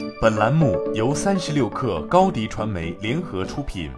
本栏目由36氪高迪传媒联合出品。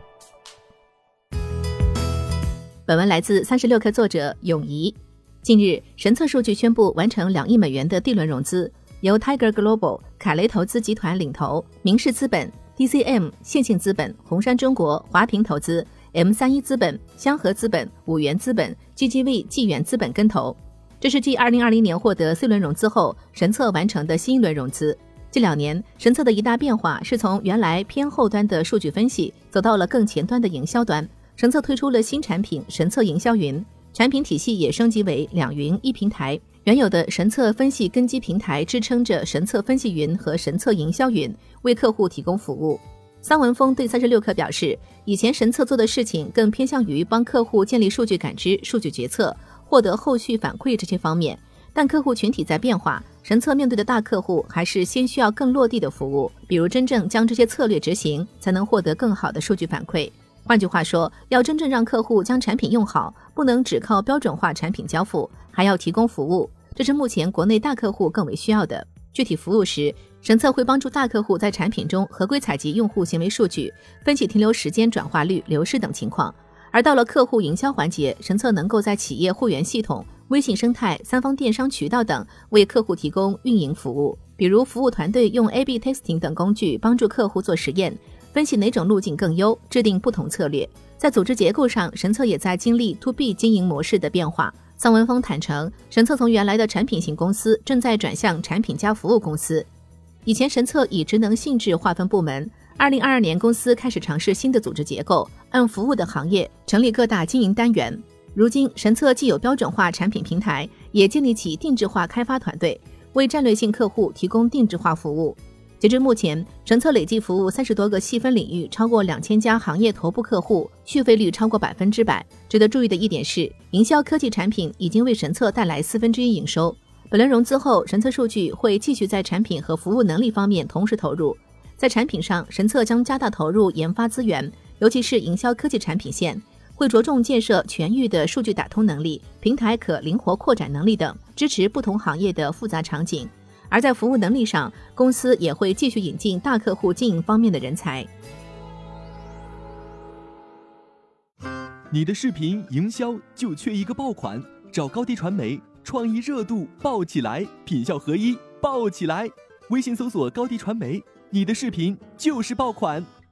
本文来自36氪作者永怡。近日，神策数据宣布完成2亿美元的 D 轮融资，由 Tiger Global、凯雷投资集团领投，明世资本、DCM、线性资本、红杉中国、华平投资、M31资本、香河资本、五元资本、GGV 纪元资本跟投。这是继2020年获得 C 轮融资后，神策完成的新一轮融资。近2年，神策的一大变化是从原来偏后端的数据分析，走到了更前端的营销端。神策推出了新产品神策营销云，产品体系也升级为2云1平台。原有的神策分析根基平台支撑着神策分析云和神策营销云，为客户提供服务。桑文峰对36氪表示，以前神策做的事情更偏向于帮客户建立数据感知、数据决策、获得后续反馈这些方面，但客户群体在变化，神策面对的大客户还是先需要更落地的服务，比如真正将这些策略执行，才能获得更好的数据反馈。换句话说，要真正让客户将产品用好，不能只靠标准化产品交付，还要提供服务，这是目前国内大客户更为需要的。具体服务时，神策会帮助大客户在产品中合规采集用户行为数据，分析停留时间、转化率、流失等情况。而到了客户营销环节，神策能够在企业会员系统、微信生态、3方电商渠道等为客户提供运营服务，比如服务团队用 A/B testing 等工具帮助客户做实验，分析哪种路径更优，制定不同策略。在组织结构上，神策也在经历 To B 经营模式的变化。桑文峰坦诚，神策从原来的产品型公司正在转向产品加服务公司。以前神策以职能性质划分部门，2022年公司开始尝试新的组织结构，按服务的行业成立各大经营单元。如今，神策既有标准化产品平台，也建立起定制化开发团队，为战略性客户提供定制化服务。截至目前，神策累计服务30多个细分领域，超过2000家行业头部客户，续费率超过100%。值得注意的一点是，营销科技产品已经为神策带来1/4营收。本轮融资后，神策数据会继续在产品和服务能力方面同时投入。在产品上，神策将加大投入研发资源，尤其是营销科技产品线，会着重建设全域的数据打通能力、平台可灵活扩展能力等，支持不同行业的复杂场景。而在服务能力上，公司也会继续引进大客户经营方面的人才。 你的视频营销就缺一个爆款，找高迪传媒，创意热度爆起来，品效合一爆起来。微信搜索高迪传媒，你的视频就是爆款。